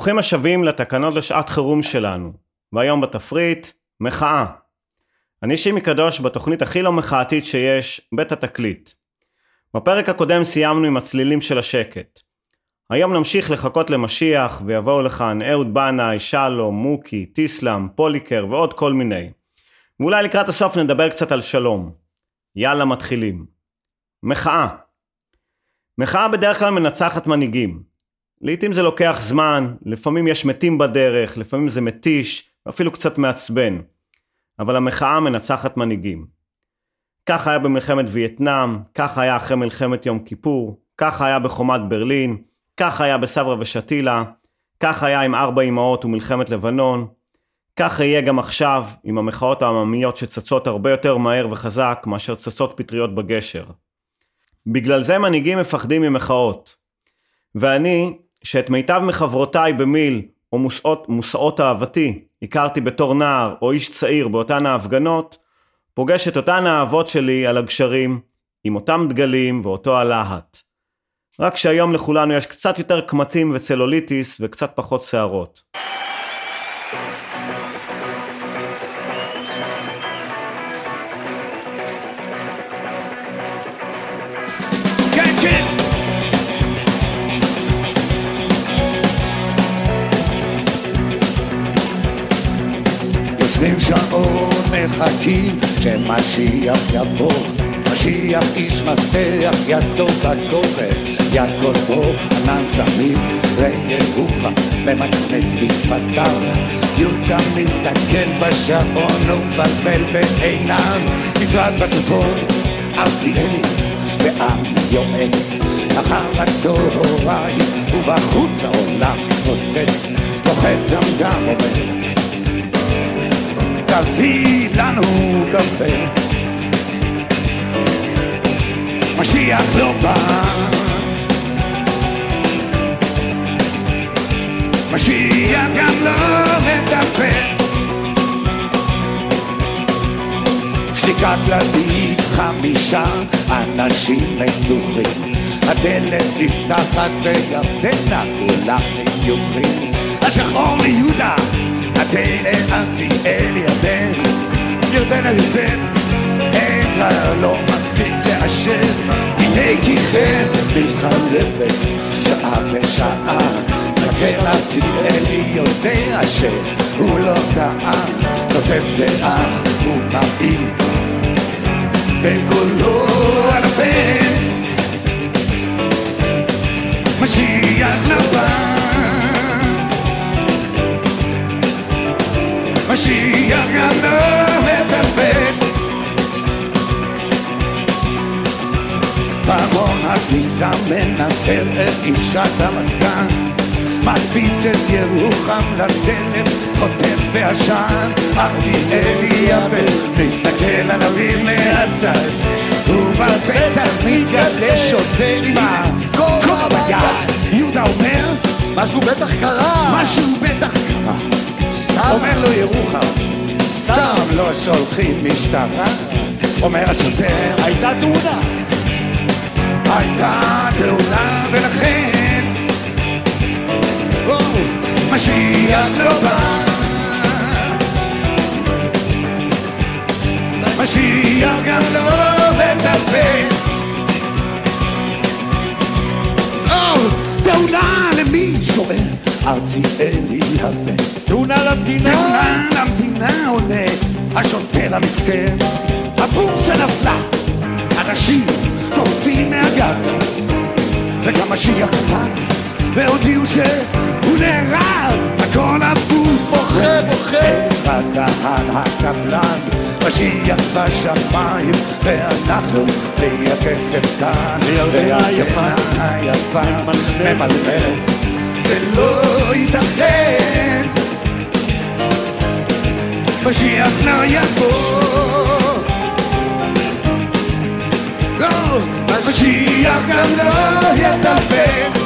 ברוכים השבים לתקנות לשעת חירום שלנו, והיום בתפריט, מחאה. אני שימי קדוש בתוכנית הכי לא מחאתית שיש, בית התקליט. בפרק הקודם סיימנו עם הצלילים של השקט. היום נמשיך לחכות למשיח, ויבואו לכאן אהוד בנאי, שלום, מוקי, טיסלם, פוליקר ועוד כל מיני. ואולי לקראת הסוף נדבר קצת על שלום. יאללה מתחילים. מחאה. מחאה בדרך כלל מנצחת מנהיגים. לעתים זה לוקח זמן, לפעמים יש מתים בדרך, לפעמים זה מתיש, ואפילו קצת מעצבן. אבל המחאה מנצחת מנהיגים. כך היה במלחמת וייטנאם, כך היה אחרי מלחמת יום כיפור, כך היה בחומת ברלין, כך היה בסברה ושתילה, כך היה עם 4 אמהות ומלחמת לבנון, כך יהיה גם עכשיו עם המחאות העממיות שצצות הרבה יותר מהר וחזק מאשר צצות פטריות בגשר. בגלל זה מנהיגים מפחדים ממחאות. ואני, שאת מיטב מחברותיי במיל או מוסעות אהבתי, הכרתי בתור נער או איש צעיר באותן ההפגנות, פוגש את אותן האהבות שלי על הגשרים, עם אותם דגלים ואותו הלהט. רק שהיום לכולנו יש קצת יותר קמטים וצלוליטיס וקצת פחות שערות. יושבים שעות מחכים שמשיח יבוא, משיח איש מפתח, ידו בגובר, יד קולו ענן סמיך, וירוחם ממצמץ בשפתיו, יהודה מסתכל בשעון ומפלפל בעיניו, משרד בצפון, ארציאלי ועם יועץ, אחר הצהריים ובחוץ העולם מתרוצץ, לוחץ זמזם עובר, תביא לנו קפה. משיח לא בא, משיח גם לא מטפל. שתיקה כללית 5 אנשים מתוחים, הדלת נפתחת וירדנה כולה חיוכים. השחור מיהודה הדלת ארציאלי ירדן, ירדנה יוצאת, עזרא לא מפסיק לאשר, הנה כי כן מתחלפת שעה בשעה, זקן ארציאלי יודע שהוא לא טעה, כותב זהה ומעיל בקולו על הפה, משיח לבא, משיח גם לא מטפל. פעמון הכניסה מנסר את אישת המזגן, מקפיץ את ירוחם לדלת, חוטף בעשן, ארציאלי יבל מסתכל על אביו מהצד, ובפתח מתגלה שוטר עם הכובע ביד. יהודה אומר משהו בטח קרה, משהו בטח קרה. אומר לו ירוחם, סתם לא שולחים משטרה. אומר השוטר, הייתה תאונה, הייתה תאונה ולכן משיח לא בא, משיח גם לא מטפל. תאונה למי שואל? ארציאלי הבן. תאונה למדינה, תאונה למדינה עונה השוטר המסכן, הבורסה נפלה, אנשים קופצים מהגג, וגם משיח קפץ והודיעו שהוא נהרג, הכל הפוך בוכה בוכה. עזרא דהן הקפלן, משיח בשמיים ואנחנו בלי הכסף כאן, וירדנה יפה ממלמלת, זה לא ייתכן, משיח לא יבוא, משיח גם לא יטפל.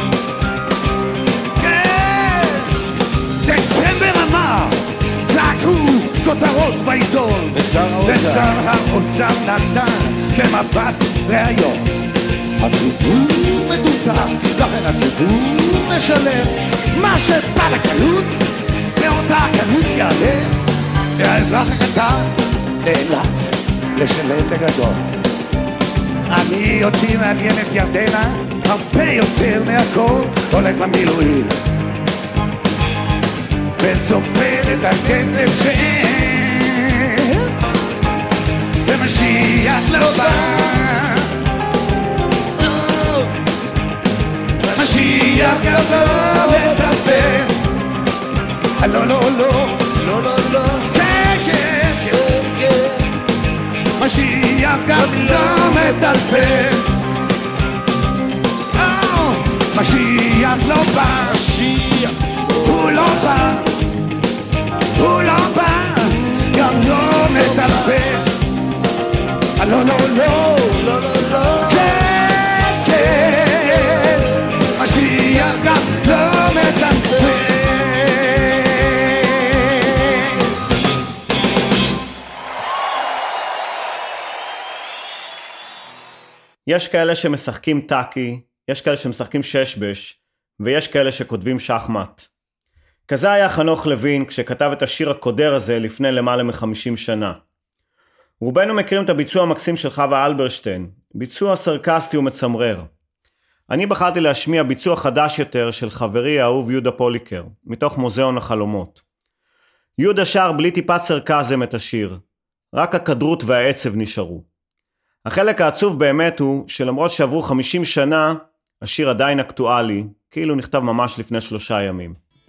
דצמבר אמר, זעקו כותרות בעיתון, ושר האוצר נתן במבט ראיון, הציבור מטומטם, לכן הציבור משלם מה שבא לקלות, מאותה קלות יעלה, והאזרח הקטן נאלץ לשלם בגדול. אני אותי מעניין את ירדנה הרבה יותר מהכל, הולך למילואים וסופר את הכסף שאין, ומשיח לא בא, משיח גם לא מטפל, לא לא לא לא, לא, לא. כן כן כן, משיח גם לא מטפל, משיח לא בא, הוא לא בא, הוא לא בא, גם לא מטפל, לא לא לא, לא, לא, לא. כן כן, משיח גם לא מטפל. יש כאלה שמשחקים טאקי, יש כאלה שמשחקים ששבש, ויש כאלה שכותבים שחמט. כזה היה חנוך לוין כשכתב את השיר הקודר הזה לפני למעלה מ-50 שנה. רובנו מכירים את הביצוע המקסים של חווה אלברשטיין, ביצוע סרקסטי ומצמרר. אני בחרתי להשמיע ביצוע חדש יותר של חברי האהוב יהודה פוליקר, מתוך מוזיאון החלומות. יהודה שר בלי טיפת סרקזם את השיר, רק הכדרות והעצב נשארו. החלק העצוב באמת הוא שלמרות שעברו 50 שנה, השיר עדיין אקטואלי, כאילו נכתב ממש לפני 3 ימים.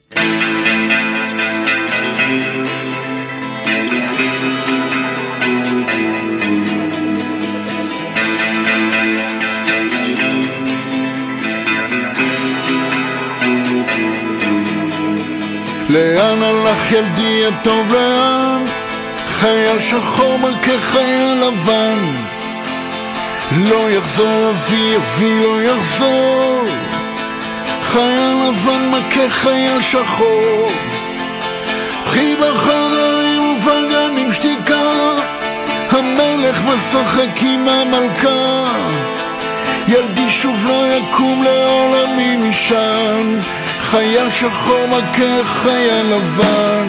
לאן הלך ילדי הטוב לאן? חייל שחור מכה חייל לבן, לא יחזור אבי, אבי לא יחזור. חייל לבן מכה חייל שחור, בכי בחדרים ובגנים שתיקה, המלך משחק עם המלכה. ילדי שוב לא יקום לעולמי משם, חייל שחור מכה חייל לבן.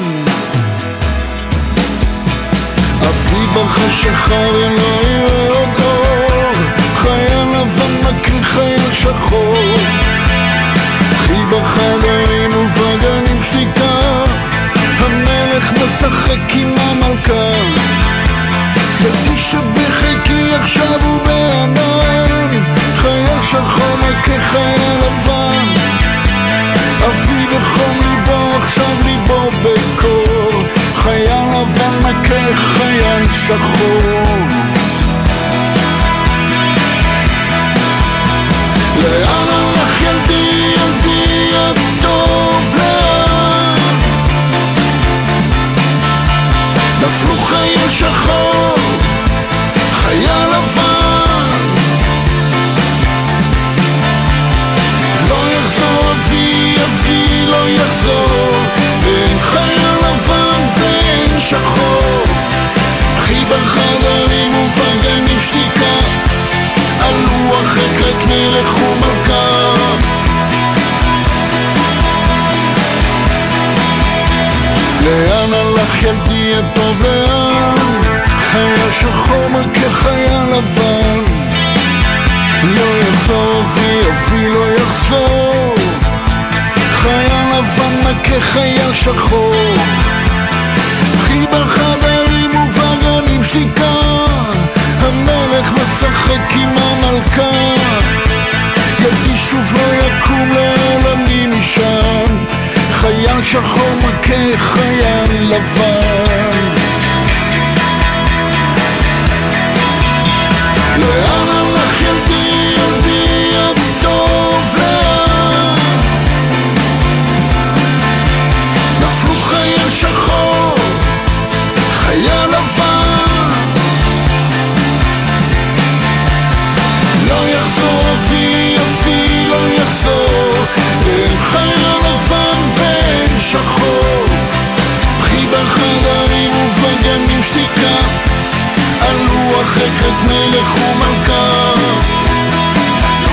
אבי בחשך הרי לא יראה אותו, חייל לבן מכה חייל שחור, בכי בחדרים ובגנים שתיקה, המלך משחק עם המלכה. ילדי שבחיקי עכשיו הוא בענן, חייל שחור מכה חייל לבן. אבי בחום ליבו עכשיו ליבו בקור, חייל לבן מכה חייל שחור. לאן הלך ילדי, ילדי הטוב לאן? נפלו חייל שחור, חייל לבן, לא יחזור אבי, אבי לא יחזור. אין חייל לבן ואין שחור, בכי בחדרים ובגנים שתיקה, על לוח ריק מלך ומלכה. לאן הלך ילדי הטוב לאן? חייל שחור מכה חייל לבן, לא יחזור אבי, אבי לא יחזור. חייל לבן מכה חייל שחור, בכי בחדרים ובגנים שתיקה, המלך משחק עם המלכה. ילדי שוב לא יקום לעולמי משם, חייל שחור מכה חייל לבן. לאן הלך ילדי, ילדי הטוב לאן? נפלו חייל שחור, חייל לבן, לא יחזור אבי, אבי לא יחזור. אין חייל לבן ואין שחור, בכי בחדרים ובגנים שתיקה, על לוח ריק מלך ומלכה.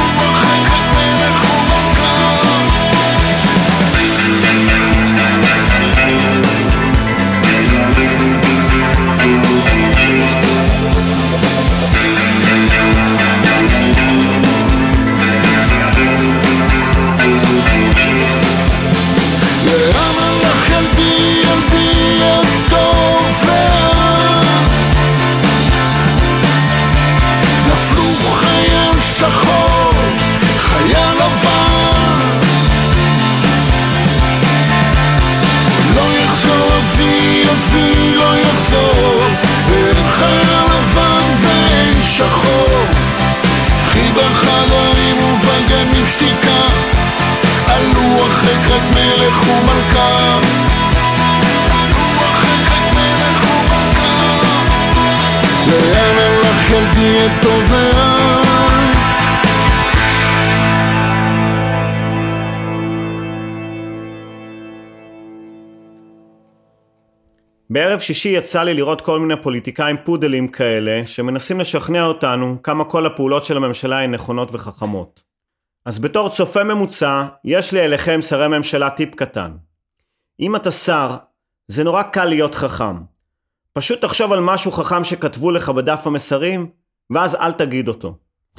ומלכה, רוח חיק מלך ומלכה, לאן הלך ילדי את טוביה. בערב שישי יצא לי לראות כל מיני פוליטיקאים פודלים כאלה שמנסים לשכנע אותנו כמה כל הפעולות של הממשלה הן נכונות וחכמות. אז בתור צופה ממוצע, יש לי אליכם שרי ממשלה טיפ קטן. אם אתה שר, זה נורא קל להיות חכם. פשוט תחשוב על משהו חכם שכתבו לך בדף המסרים, ואז אל תגיד אותו.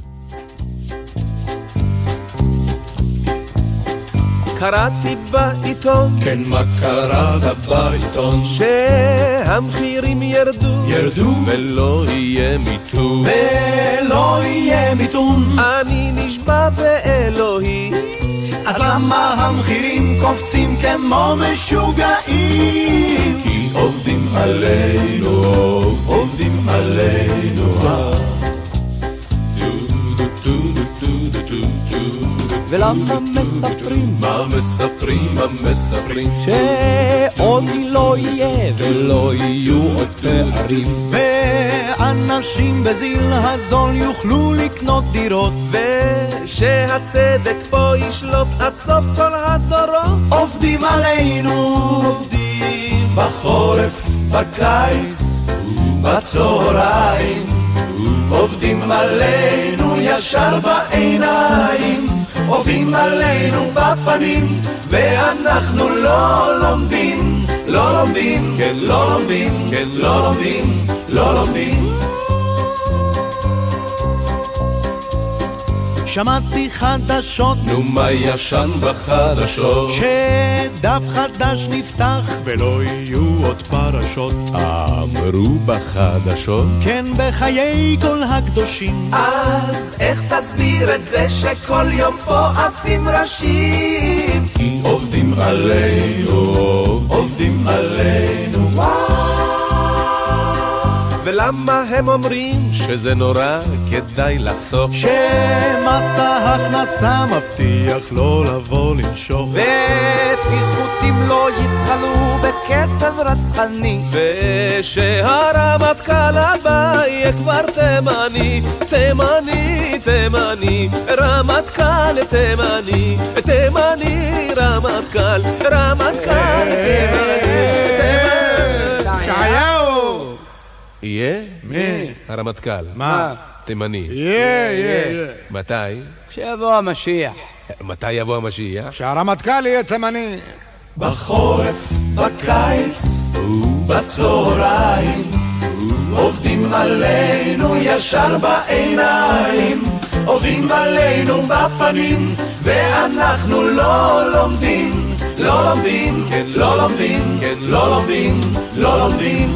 קראתי בעיתון, כן, מה קראת בעיתון? שהמחירים ירדו ולא יהיה מיתון, ולא יהיה מיתון. אני נשבע באלוהי, אז למה המחירים קופצים כמו משוגעים? כי עובדים עלינו, עובדים עלינו. ולמה מספרים? מה מספרים? מה מספרים? שעוני לא יהיה ולא יהיו עוד פערים, ואנשים בזיל הזול יוכלו לקנות דירות, ושהצדק פה ישלוט עד סוף כל הדורות. עובדים עלינו, עובדים בחורף, בקיץ, בצהריים, עובדים עלינו ישר בעיניים, עובדים עלינו בפנים, ואנחנו לא לומדים, לא לומדים, כן, לא לומדים, כן, לא לומדים, לא לומדים. שמעתי חדשות, נו מה ישן בחדשות? שדף חדש נפתח ולא יהיו עוד פרשות. אמרו בחדשות? כן, בחיי כל הקדושים. אז איך תסביר את זה שכל יום פה עפים ראשים? כי עובדים עלינו, עובדים עלינו. ולמה הם אומרים שזה נורא כדאי לחסוך? שמס ההכנסה מבטיח לא לבוא לנשוך, ופיחותים לא יסחלו בקצב רצחני, ושהרמטכ"ל הבא יהיה כבר תימני, תימני, תימני, רמטכ"ל תימני, תימני, רמטכ"ל, רמטכ"ל תימני. שעיהו! יהיה? מי? הרמטכ"ל. מה? תימני. יהיה. מתי? כשיבוא המשיח. מתי יבוא המשיח? שהרמטכ"ל יהיה תימני. בחורף, בקיץ ובצהריים, עובדים עלינו ישר בעיניים, עובדים עלינו בפנים, ואנחנו לא לומדים, לא לומדים, כן, לא לומדים, כן, לא לומדים, לא לומדים.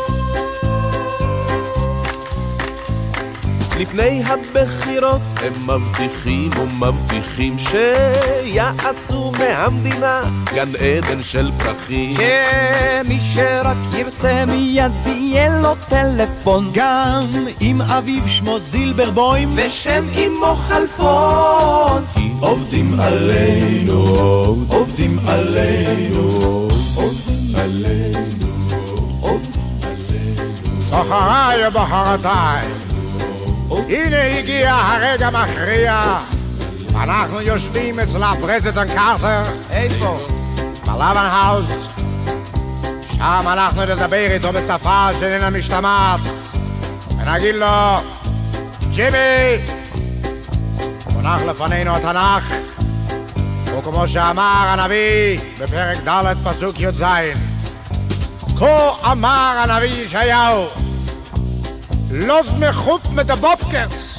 לפני הבחירות הם מבטיחים ומבטיחים שיעשו מהמדינה גן עדן של פרחים, שמי שרק ירצה מיד יהיה לו טלפון, גם אם אביו שמו זילברבוים ושם אמו חלפון. כי עובדים עלינו, עובדים עלינו, עובדים עלינו, עובדים עלינו. בחריי ובחרתיי, הנה הגיע הרגע מכריע. אנחנו יושבים אצל הפרזידנט קרטר. איפה? בלבן האוס. שם אנחנו נדבר איתו בשפה שאיננה משתמעת, ונגיד לו, ג'ימי, מונח לפנינו התנ"ך, וכמו שאמר הנביא בפרק ד' פסוק י"ז, כה אמר הנביא ישעיהו, לוז מחוט מדבופקרס.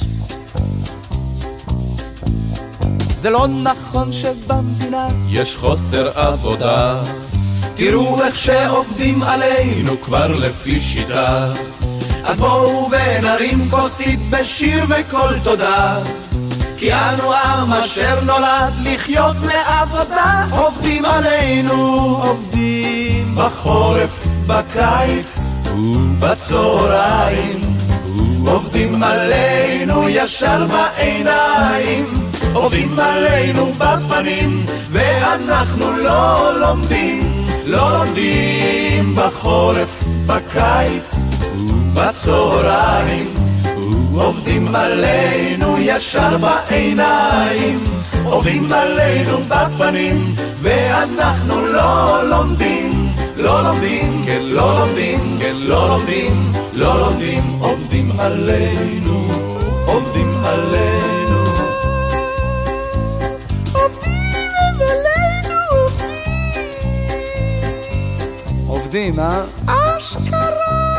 זה לא נכון שבמדינה יש חוסר עבודה, תראו איך שעובדים עלינו כבר לפי שיטה. אז בואו ונרים כוסית בשיר וכל תודה, כי אנו עם אשר נולד לחיות לעבודה. עובדים עלינו, עובדים בחורף, בקיץ ובצהריים, עובדים עלינו ישר בעיניים, עובדים עלינו בפנים, ואנחנו לא לומדים, לא לומדים בחורף, בקיץ, בצהריים. עובדים עלינו ישר בעיניים, עובדים עלינו בפנים, ואנחנו לא לומדים, לא לומדים, כן לא לומדים, כן לא לומדים, לא לומדים. עובדים עלינו, עובדים עלינו, עובדים עלינו, עובדים, אשכרה.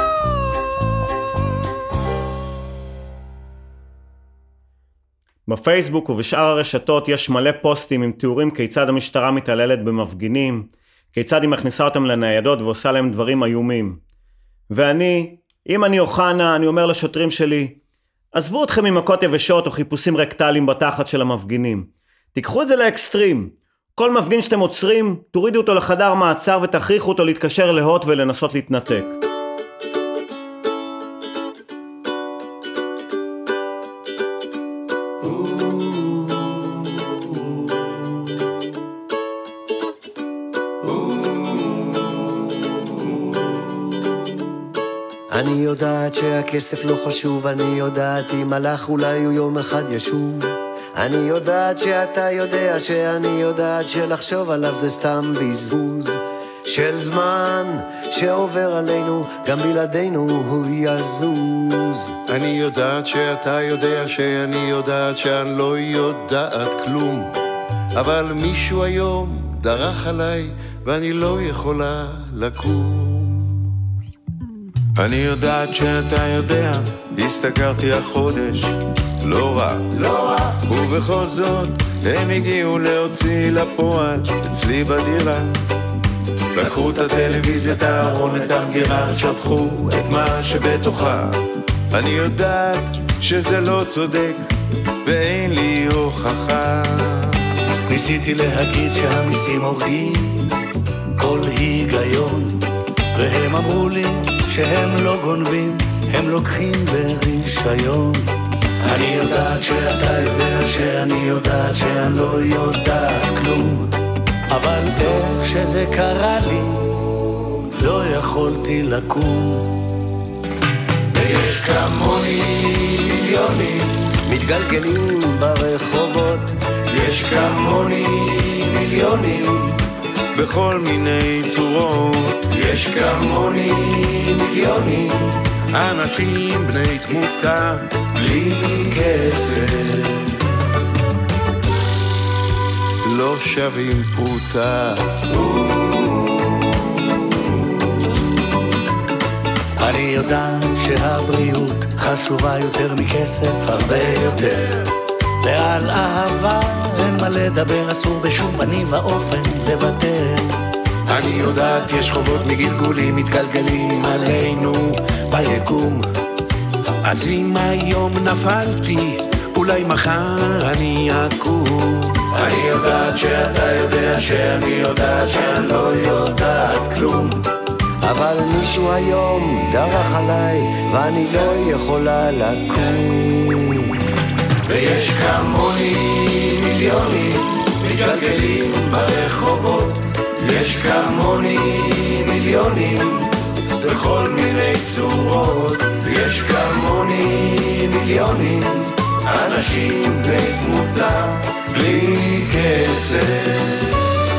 בפייסבוק ובשאר הרשתות יש מלא פוסטים עם תיאורים כיצד המשטרה מתעללת במפגינים, כיצד היא מכניסה אותם לניידות ועושה להם דברים איומים. ואני, אם אני אוחנה, אני אומר לשוטרים שלי, עזבו אתכם ממכות יבשות או חיפושים רקטליים בתחת של המפגינים. תיקחו את זה לאקסטרים. כל מפגין שאתם עוצרים, תורידו אותו לחדר מעצר ותכריחו אותו להתקשר להוט ולנסות להתנתק. אני יודעת שהכסף לא חשוב, אני יודעת אם הלך אולי הוא יום אחד ישוב. אני יודעת שאתה יודע שאני יודעת שלחשוב עליו זה סתם בזבוז של זמן שעובר עלינו, גם בלעדינו הוא יזוז. אני יודעת שאתה יודע שאני יודעת שאני לא יודעת כלום, אבל מישהו היום דרך עליי ואני לא יכולה לקום. אני יודעת שאתה יודע, הסתכרתי החודש, לא רע, לא רע, ובכל זאת הם הגיעו להוציא לפועל אצלי בדירה. לקחו את הטלוויזיה, את הארון, את המגירה, שפכו את מה שבתוכה. אני יודעת שזה לא צודק ואין לי הוכחה. ניסיתי להגיד שהמיסים הורגים כל היגיון, והם אמרו לי שהם לא גונבים, הם לוקחים ברישיון. אני יודעת שאתה יודע שאני יודעת שאני לא יודעת כלום, אבל איך שזה קרה לי לא יכולתי לקום. ויש כמוני מיליונים מתגלגלים ברחובות, יש כמוני מיליונים בכל מיני צורות, יש כמוני מיליונים אנשים בני תמותה בלי כסף, לא שווים פרוטה. אני יודעת שהבריאות חשובה יותר מכסף, הרבה יותר, ועל אהבה אין מה לדבר, אסור בשום פנים ואופן לוותר. אני יודעת יש חובות מגלגולים מתגלגלים עלינו ביקום, אז אם היום נפלתי אולי מחר אני אקום. אני יודעת שאתה יודע שאני יודעת שאני לא יודעת כלום, אבל מישהו היום דרך עליי ואני לא יכולה לקום. ויש כמוני מיליונים מתגלגלים ברחובות, יש כמוני מיליונים בכל מיני צורות, יש כמוני מיליונים אנשים בני תמותה בלי כסף,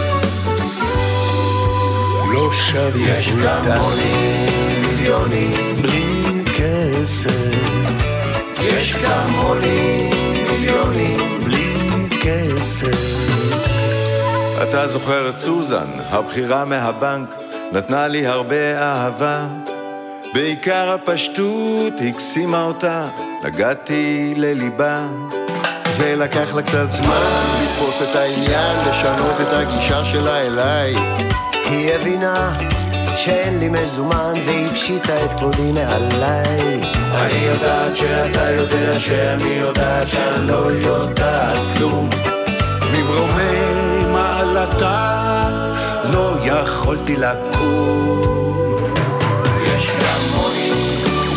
לא שווים פרוטה. יש כמוני מיליונים בלי כסף, יש כמוני מיליונים בלי כסף. אתה זוכר את סוזן, הבחירה מהבנק, נתנה לי הרבה אהבה, בעיקר הפשטות הקסימה אותה, נגעתי לליבה. זה לקח לה קצת זמן לתפוס את העניין, לשנות את הגישה שלה אליי. היא הבינה שאין לי מזומן והפשיטה את כבודי מעליי. אני יודעת שאתה יודע שאני יודעת שאני לא יודעת כלום, מברומי מעלתה לא יכולתי לקום. יש כמוני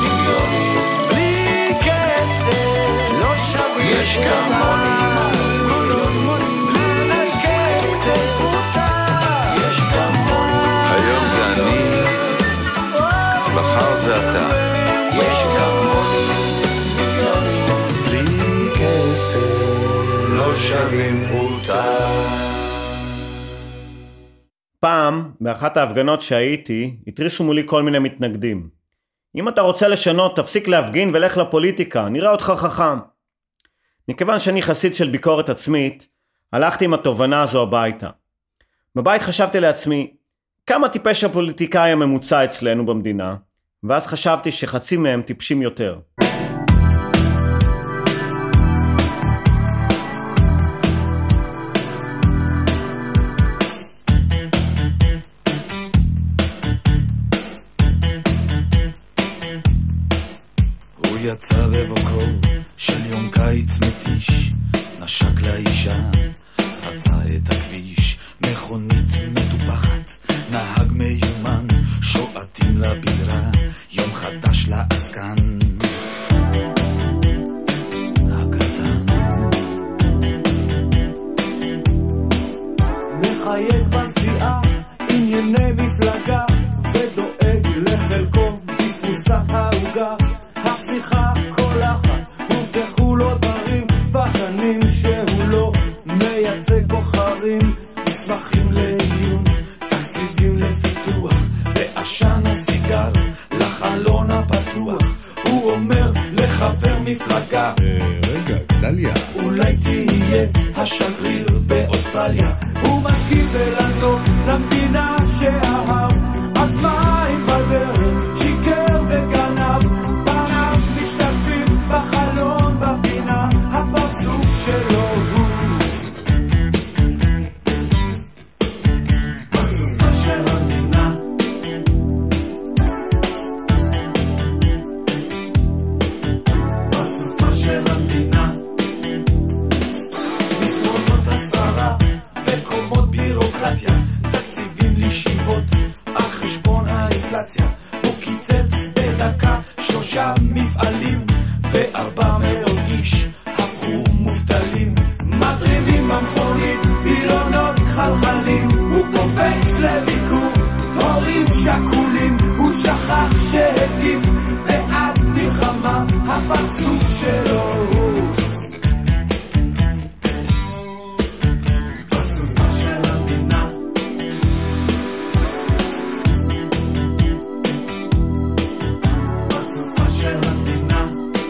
מיליונים בלי כסף, לא שווים. יש כמוני מחר זה אתה. יש כמוני מיליונים בלי כסף לא שווים פרוטה. פעם, באחת ההפגנות שהייתי, התריסו מולי כל מיני מתנגדים. אם אתה רוצה לשנות, תפסיק להפגין ולך לפוליטיקה, נראה אותך חכם. מכיוון שאני חסיד של ביקורת עצמית, הלכתי עם התובנה הזו הביתה. בבית חשבתי לעצמי, כמה טיפש הפוליטיקאי הממוצע אצלנו במדינה, ואז חשבתי שחצי מהם טיפשים יותר. הוא יצא בבוקרו של יום קיץ מתיש, נשק לאישה, חצה את הכביש, מכונית מטופחת, נהג מיומן, שועטים לבירה, יום חדש לעסקן הקטן. מחייק בנסיעה, ענייני מפלגה, ודואג לחלקו בפרוסת העוגה. השיחה קולחת, הובטחו לו דברים, בשנים שהוא לא מייצג בוחרים, מסמכים לעיון, תקציבים לפיתוח, בעשן הסיגר, לחלון הפתוח. הוא אומר לחבר מפלגה, רגע, גדליה, אולי תהיה השגריר באוסטרליה. הוא משקיף אלנו למדינה שאהב, אז מה אם בדרך שיקר וגנב, פניו משתקפים בחלון בפינה, הפרצוף שלו הוא פרצופה של המדינה. פרצופה של המדינה, מספונות השרה וקומות בירוקרטיה, תקציבים לישיבות על חשבון האינפלציה. הוא קיצץ בדקה 3 מפעלים ו400 איש הפכו מובטלים. מדרימים במכונית, בילונות חלחלים, הוא קופץ לביקור הורים שכולים. הוא שכח שהטיב בעד מלחמה, הפרצוף שלו הוא פרצופה של המדינה. פרצופה של המדינה.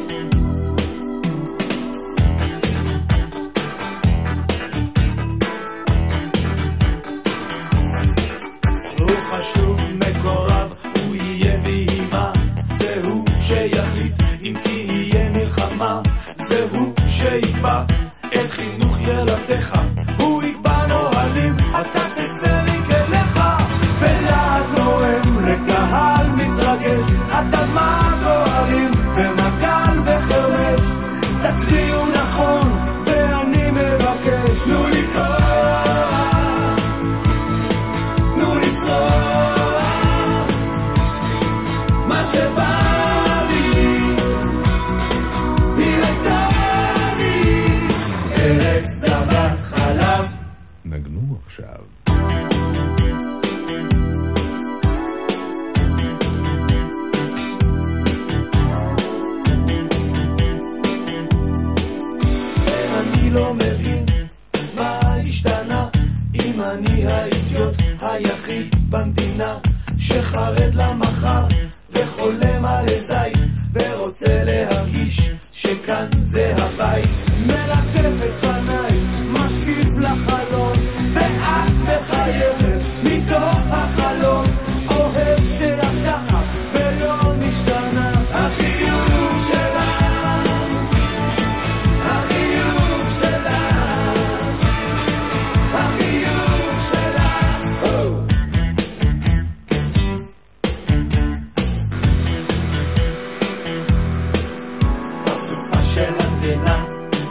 הוא חשוב מקורב, הוא יהיה ויהימה, זהו שיחליט אם תהיה מלחמה, זהו שיקבע את חינוך ילדיך, הוא יקבע נוהלים, אתה תצא מכליך, בלעד נואם לקהל מתרגש, אדמה גוארים ומקל וחרמש, תצביעו נכון ואני מבקש, תנו לי כוח, תנו לי צוח, מה שבא לי, היא הייתה לי ארץ זבת חלב. נגנו עכשיו. אני לא מבין מה השתנה, אם אני האידיוט היחיד במדינה שחרד למחר וחולם על זית ורוצה להרגיש שכאן זה הבית. מלטף את פנייך, משקיף לחלון, ואת מחייכת מתוך החלון, אוהב שאת ככה ולא משתנה. החיוך שלך, החיוך שלך, החיוך שלך, פרצופה של המדינה.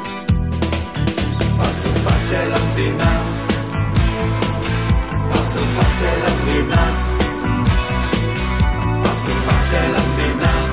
פרצופה של המדינה. פרצופה של המדינה. פרצופה של המדינה.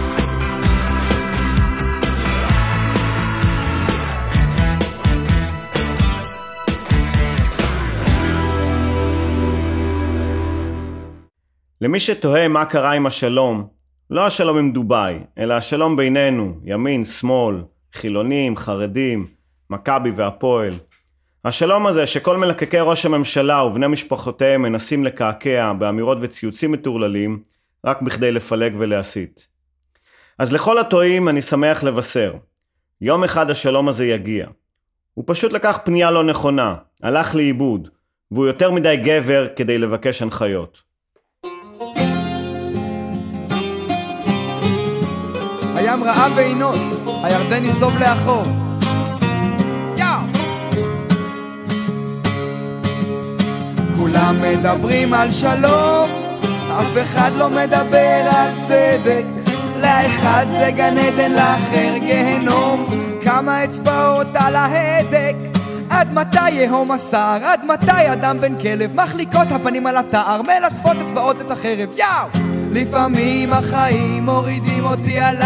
למי שתוהה מה קרה עם השלום, לא השלום עם דוביי, אלא השלום בינינו, ימין, שמאל, חילונים, חרדים, מכבי והפועל. השלום הזה שכל מלקקי ראש הממשלה ובני משפחותיהם מנסים לקעקע באמירות וציוצים מטורללים, רק בכדי לפלג ולהסית. אז לכל הטועים אני שמח לבשר. יום אחד השלום הזה יגיע. הוא פשוט לקח פנייה לא נכונה, הלך לאיבוד, והוא יותר מדי גבר כדי לבקש הנחיות. הים רעב ואינוס, הירדן ניסוב לאחור. כולם מדברים על שלום, אף אחד לא מדבר על צדק. לאחד זה גן עדן, לאחר גיהנום. כמה אצבעות על ההדק, עד מתי יהום השר, עד מתי אדם בן כלב מחליקות הפנים על התאר, מלטפות אצבעות את החרב. לפעמים החיים מורידים אותי על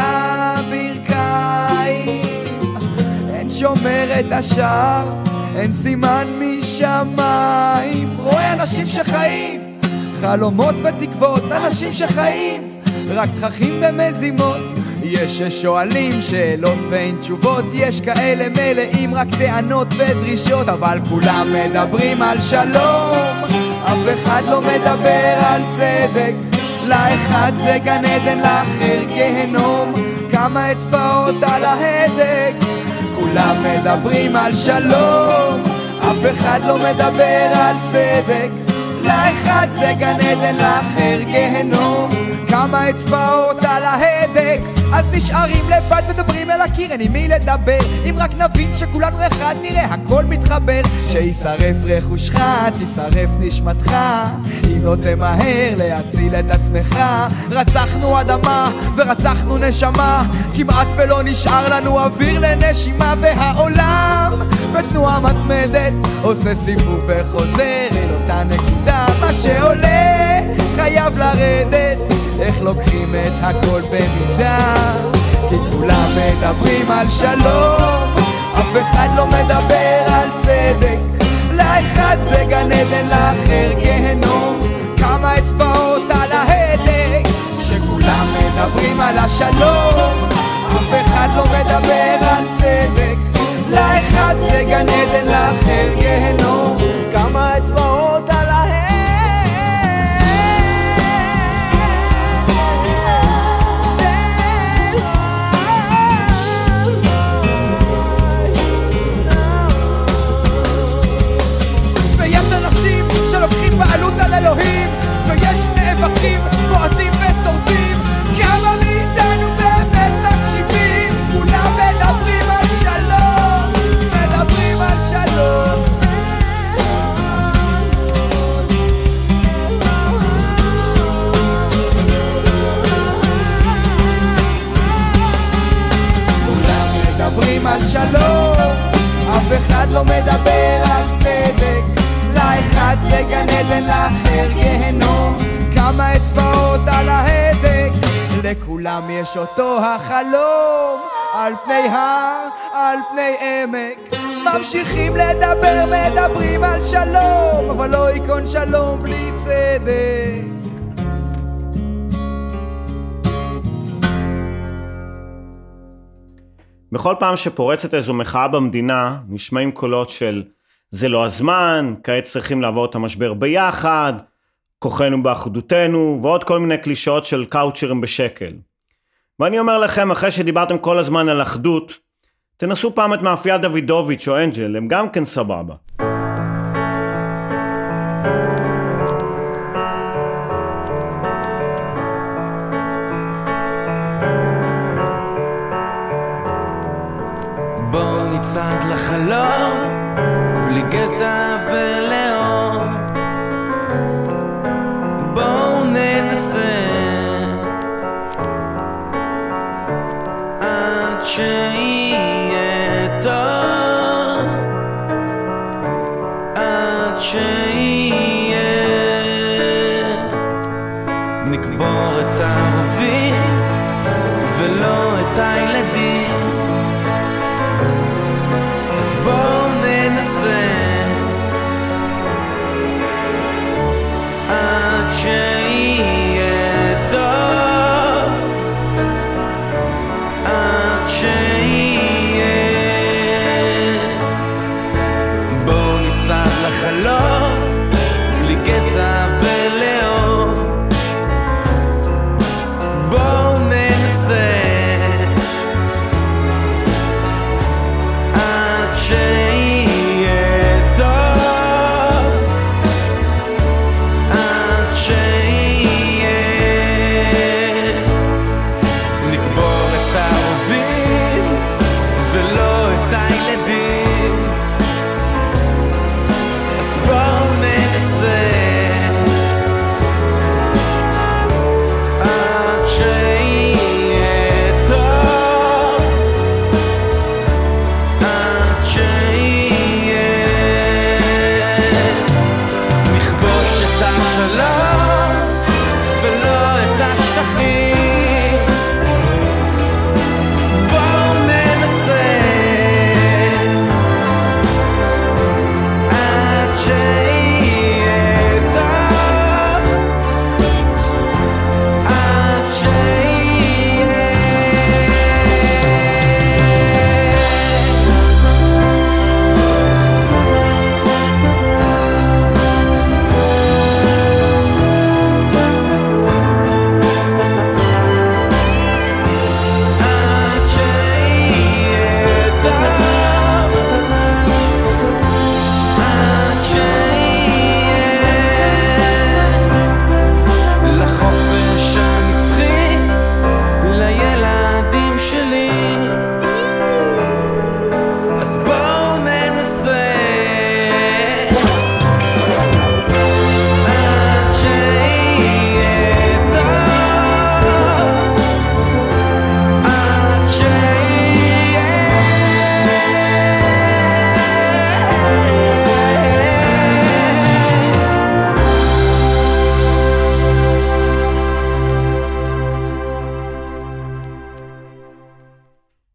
הברכיים, אין שומר את השער, אין סימן משמיים. רואה אנשים שחיים חלומות ותקוות, אנשים שחיים רק תככים ומזימות. יש ששואלים שאלות ואין תשובות, יש כאלה מלאים רק טענות ודרישות, אבל כולם מדברים על שלום, אף אחד לא מדבר על צדק. לאחד זה גן עדן, לאחר גיהנום. כמה אצבעות על ההדק, כולם מדברים על שלום, אף אחד לא מדבר על צדק. לאחד זה גן עדן, לאחר גיהנום. כמה אצבעות על ההדק, אז נשארים לבד, מדברים אל הקיר, אין עם מי לדבר. אם רק נבין שכולנו אחד, נראה הכל מתחבר. שישרף רכושך, תשרף נשמתך, אם לא תמהר להציל את עצמך. רצחנו אדמה ורצחנו נשמה, כמעט ולא נשאר לנו אוויר לנשימה. והעולם בתנועה מתמדת עושה סיבוב וחוזר אל אותה נקודה. מה שעולה חייב לרדת, איך לוקחים את הכל במידה, כי כולם מדברים על שלום, אף אחד לא מדבר על צדק. לאחד זה גן עדן, לאחר גיהנום. כמה אצבעות על ההדק, כשכולם מדברים על השלום, אף אחד לא מדבר על צדק. לאחד זה גן עדן, לאחר גיהנום. כמה אצבעות על ההדק, שלוקחים בעלות על אלוהים, ויש נאבקים, בועטים ושורדים. כמה מאיתנו באמת מקשיבים? כולם מדברים על שלום, מדברים על שלום. כולם מדברים על שלום, אף אחד לא מדבר על צדק. לאחד זה גן עדן, לאחר גיהנום. כמה אצבעות על ההדק, לכולם יש אותו החלום. על פני הר, על פני עמק, ממשיכים לדבר, מדברים על שלום, אבל לא ייכון שלום בלי צדק. בכל פעם שפורצת איזו מחאה במדינה, נשמעים קולות של זה לא הזמן, כעת צריכים לעבור את המשבר ביחד, כוחנו באחדותנו, ועוד כל מיני קלישאות של קאוצ'רים בשקל. ואני אומר לכם, אחרי שדיברתם כל הזמן על אחדות, תנסו פעם את מאפייה דוידוביץ' או אנג'ל, הם גם כן סבבה. בואו נצעד לחלום, בלי גזע ולאום. בואו ננסה עד שיהיה טוב, עד שיהיה. נקבור את הערבים ולא את הילדים, אז בואו ננסה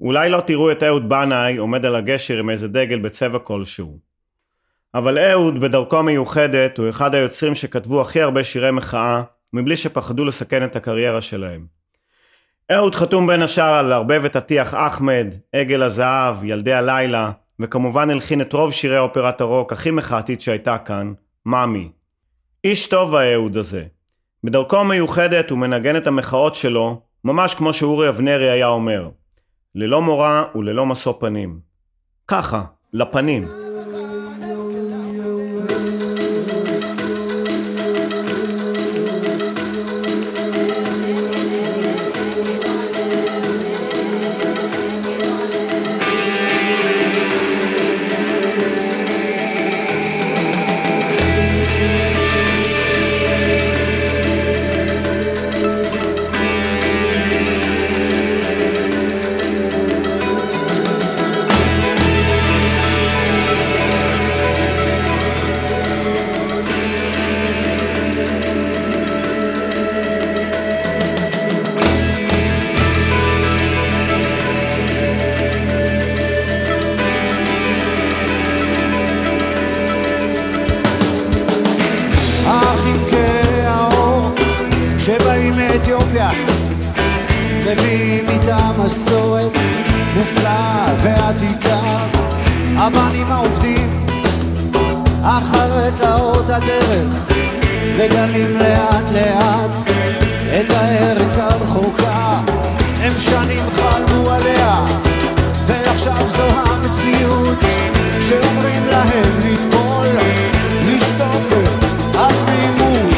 אולי לא תראו את אהוד בנאי עומד על הגשר עם איזה דגל בצבע כלשהו. אבל אהוד בדרכו המיוחדת הוא אחד היוצרים שכתבו הכי הרבה שירי מחאה, מבלי שפחדו לסכן את הקריירה שלהם. אהוד חתום בין השאר על הרבה ותתיח אחמד, עגל הזהב, ילדי הלילה, וכמובן הלחין את רוב שירי אופרת הרוק הכי מחאתית שהייתה כאן, מאמי. איש טוב האהוד הזה. בדרכו המיוחדת הוא מנגן את המחאות שלו, ממש כמו שאורי אבנרי היה אומר, ללא מורא וללא משוא פנים. ככה, לפנים. אתיופיה מביאים איתם מסורת מופלאה ועתיקה, הבנים העובדים אחרי תלאות הדרך וגלים לאט לאט את הארץ הרחוקה. הם שנים חלמו עליה ועכשיו זו המציאות, כשאומרים להם לטבול לשטוף את התמימות.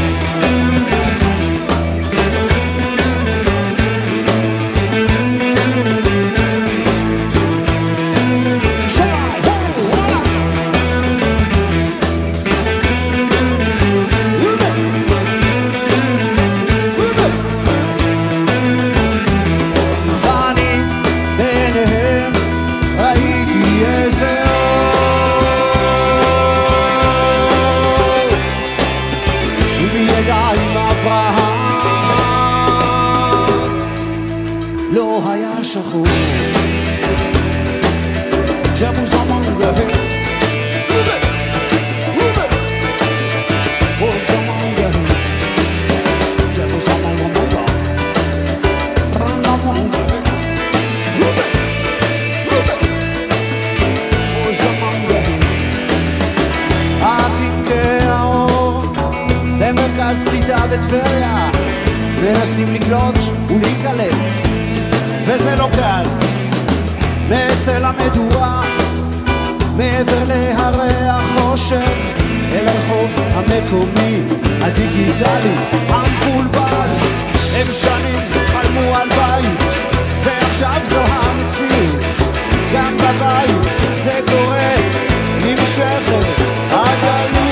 מרכז קליטה בטבריה, מנסים לקלוט ולהיקלט, וזה לא קל. מאצל המדורה, מעבר להרי החושך, אל הרחוב המקומי, הדיגיטלי, המפולבל. הם שנים חלמו על בית, ועכשיו זו המציאות. גם בבית זה קורה, נמשכת הגלות.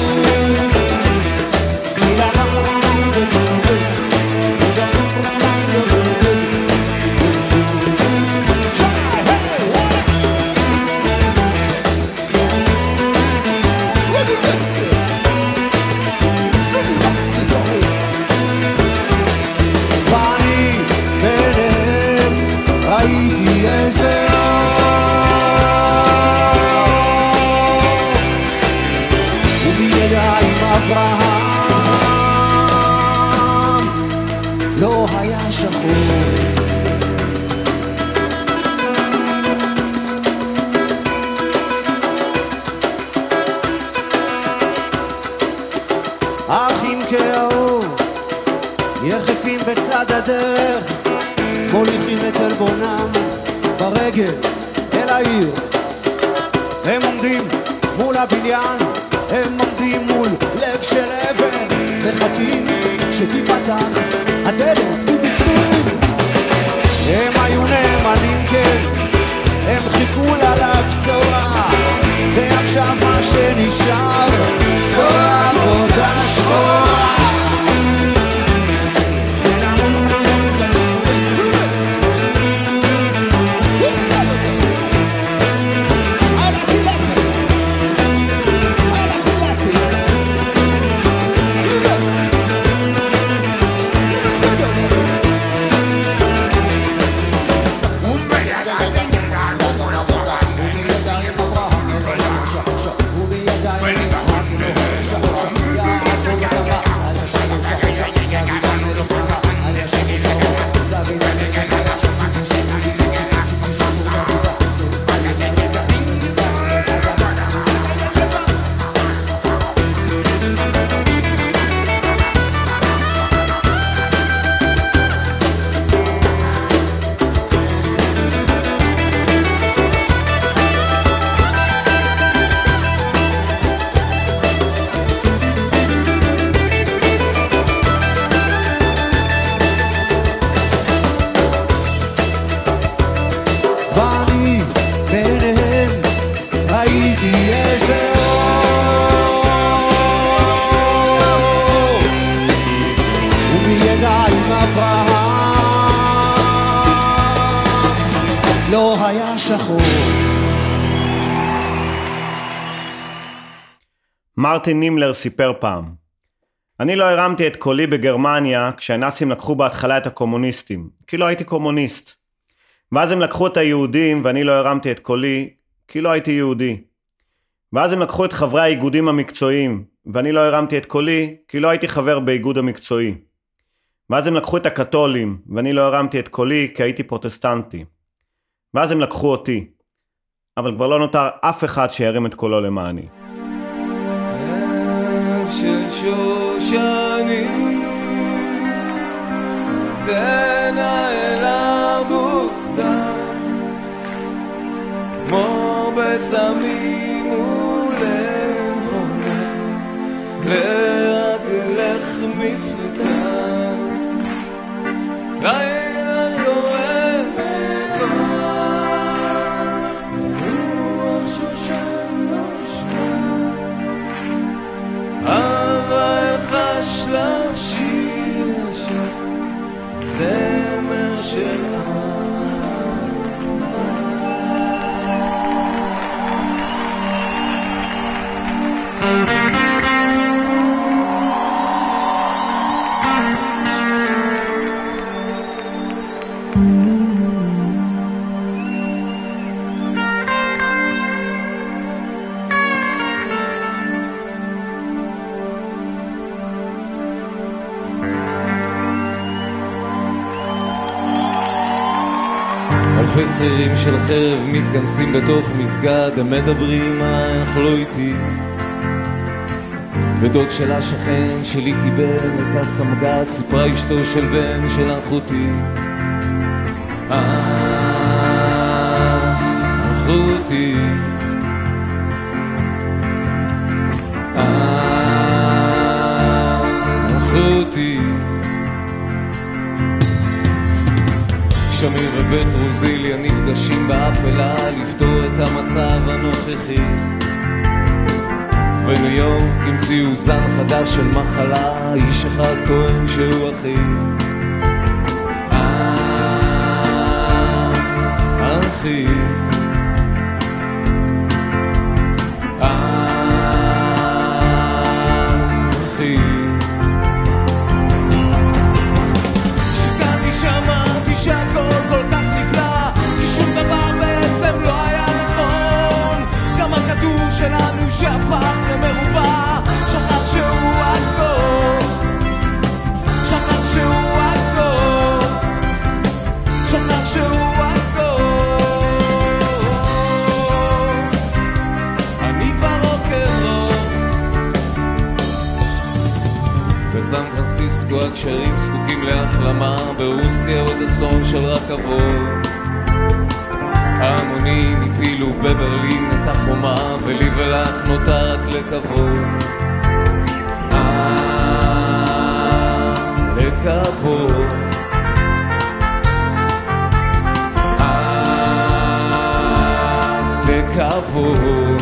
לא היה שחור. אחים כאור יחפים בצד הדרך, מוליכים את אלבונם ברגל אל העיר. הם עומדים מול הבניין, הם עומדים מול לב של אבן, מחכים שתיפתח הדלת מבפנים. הם היו נאמנים, כן, הם חיכו לה לבשורה, ועכשיו מה שנשאר זו עבודה שחורה. היה שחור. מרטין נימלר סיפר פעם, אני לא הרמתי את קולי בגרמניה כשהנאצים לקחו בהתחלה את הקומוניסטים, כי לא הייתי קומוניסט. ואז הם לקחו את היהודים ואני לא הרמתי את קולי, כי לא הייתי יהודי. ואז הם לקחו את חברי האיגודים המקצועיים, ואני לא הרמתי את קולי, כי לא הייתי חבר באיגוד המקצועי. ואז הם לקחו את הקתולים, ואני לא הרמתי את קולי, כי הייתי פרוטסטנטי. ואז הם לקחו אותי, אבל כבר לא נותר אף אחד שירים את קולו למעני. של שושנים תנה אל הבוסתן כמו בסמים ולבונה לרגלך מפתן לילה יורד רוח שושן נושנה אבל חש לך שיר שם זמר של אלפי שכירים של חרב מתכנסים בתוך מסגד, הם מדברים אך לא איתי. ודוד של השכן שלי קיבל את הסמג"ד, סיפרה אשתו של בן של אחותי. אחותי אחותי שמיר ובית רוזיליה נפגשים באפלה לפתור את המצב הנוכחי. בניו יורק המציאו זן חדש של מחלה, איש אחד טוען שהוא אחי. אחי אחי שקעתי שמעתי שהכל כל כך נפלא, כי שום דבר בעצם לא היה נכון. גם הכדור שלנו שהפך למרובע שכח שהוא הכל, שכח שהוא הכל, שכח שהוא הכל. אני ברוקר בסן פרנסיסקו הקשרים זקוקים להחלמה, ברוסיה עוד אסון של רכבות. ההמונים הפילו בברלין את החומה, ולי ולך נותר רק לקוות. לקוות לקוות.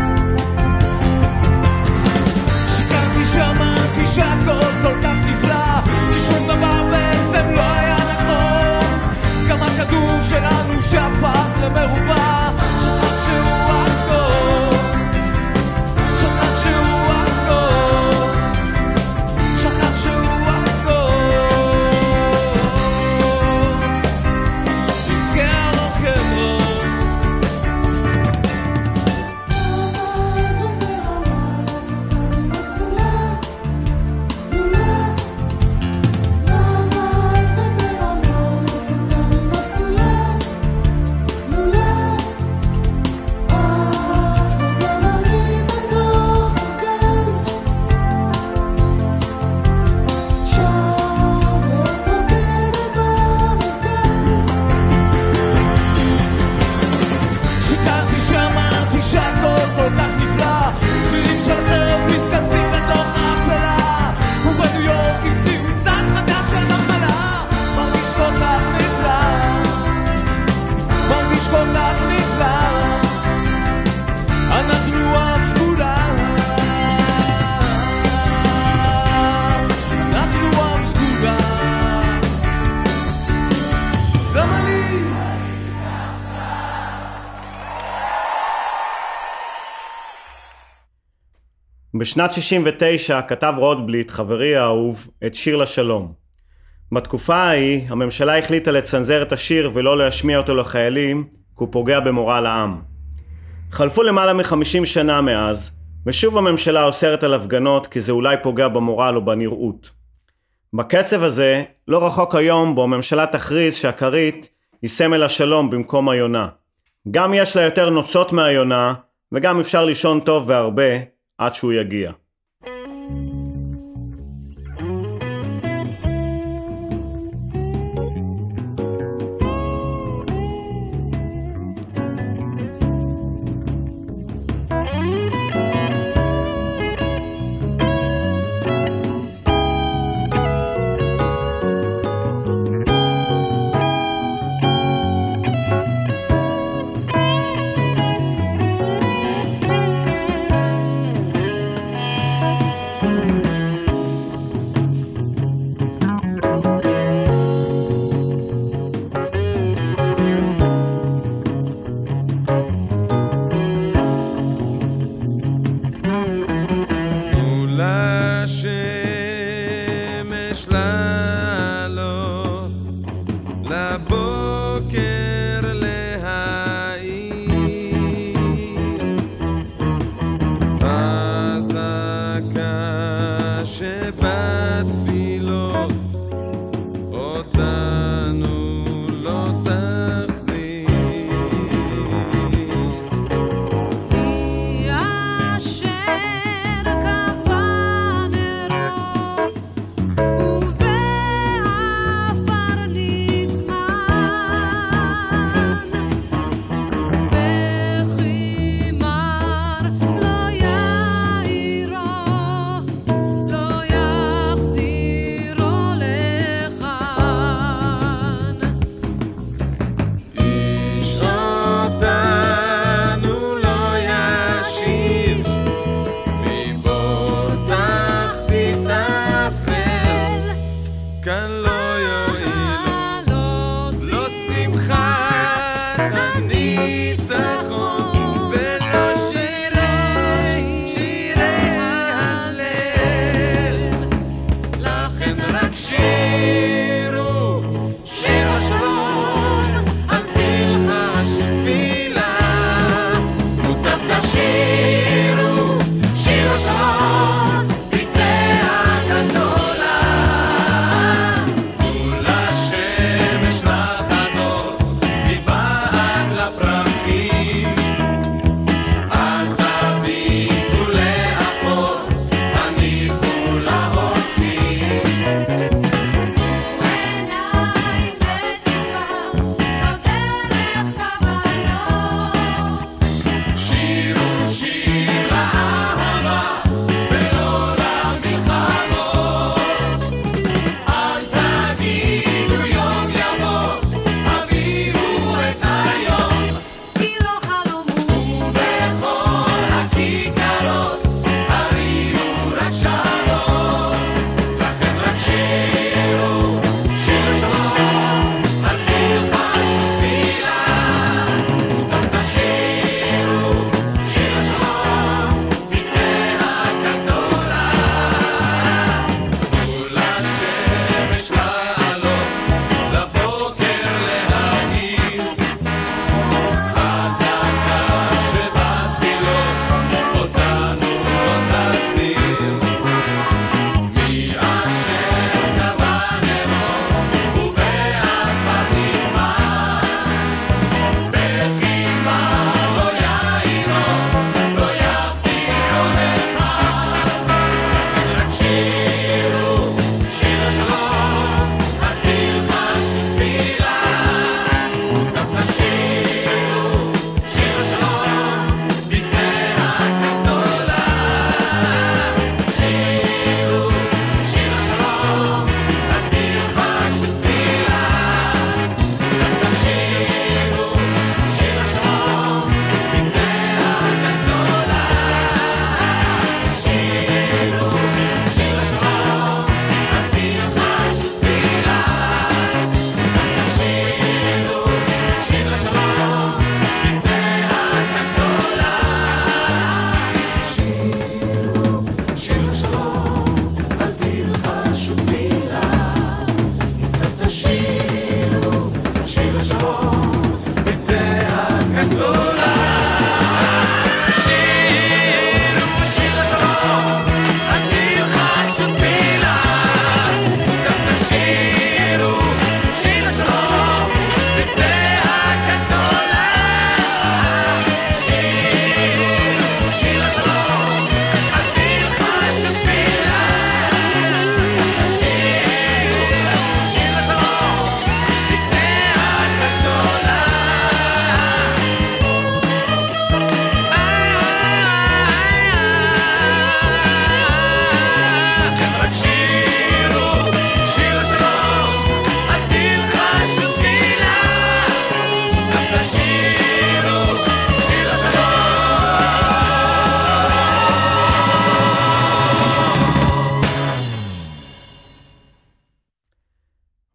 שקרתי שמעתי שהכל כל כך נפלא, כי שום דבר בעצם לא היה נכון. גם הכדור שלנו שהפך למרובע שכח שהוא הכל, שכח שהוא הכל, שכח שהוא הכל. נזכר רוקרול בשנת 69 כתב רוטבליט, חברי האהוב, את שיר לשלום. בתקופה ההיא הממשלה החליטה לצנזר את השיר ולא להשמיע אותו לחיילים, כי הוא פוגע במורל העם. חלפו למעלה מ-50 שנה מאז, ושוב הממשלה אוסרת על הפגנות כי זה אולי פוגע במורל או בנראות. בקצב הזה, לא רחוק היום בו הממשלה תכריז שהכרית היא סמל השלום במקום היונה. גם יש לה יותר נוצות מהיונה, וגם אפשר לישון טוב והרבה עד שהוא יגיע.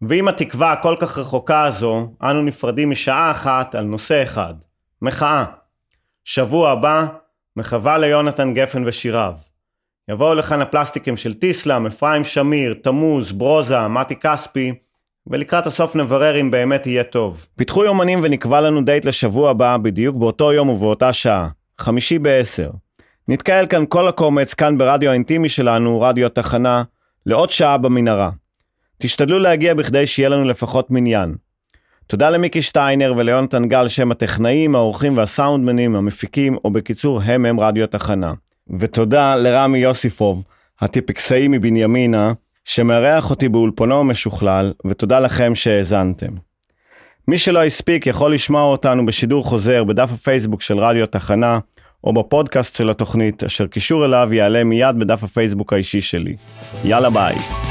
ועם התקווה כל כך רחוקה הזו, אנו נפרדים משעה אחת על נושא אחד, מחאה. שבוע הבא, מחווה ליונתן גפן ושיריו. יבואו לכאן הפלסטיקים של טיסלאם, אפרים שמיר, תמוז, ברוזה, מתי כספי, ולקראת הסוף נברר אם באמת יהיה טוב. פיתחו יומנים ונקבע לנו דייט לשבוע הבא, בדיוק באותו יום ובאותה שעה, 5:50. נתקהל כאן כל הקומץ, כאן ברדיו האינטימי שלנו, רדיו התחנה, לעוד שעה במנהרה. תשתדלו להגיע בכדי שיהיה לנו לפחות מניין. תודה למיקי שטיינר וליונתן גל שם הטכנאים, האורחים והסאונדמנים, המפיקים, או בקיצור הם רדיו התחנה. ותודה לרמי יוסיפוב, הטיפקסאי מבנימינה, שמארח אותי באולפנו משוכלל, ותודה לכם שהאזנתם. מי שלא הספיק יכול לשמוע אותנו בשידור חוזר בדף הפייסבוק של רדיו התחנה, או בפודקאסט של התוכנית, אשר קישור אליו יעלה מיד בדף הפייסבוק האישי שלי. יאללה ביי.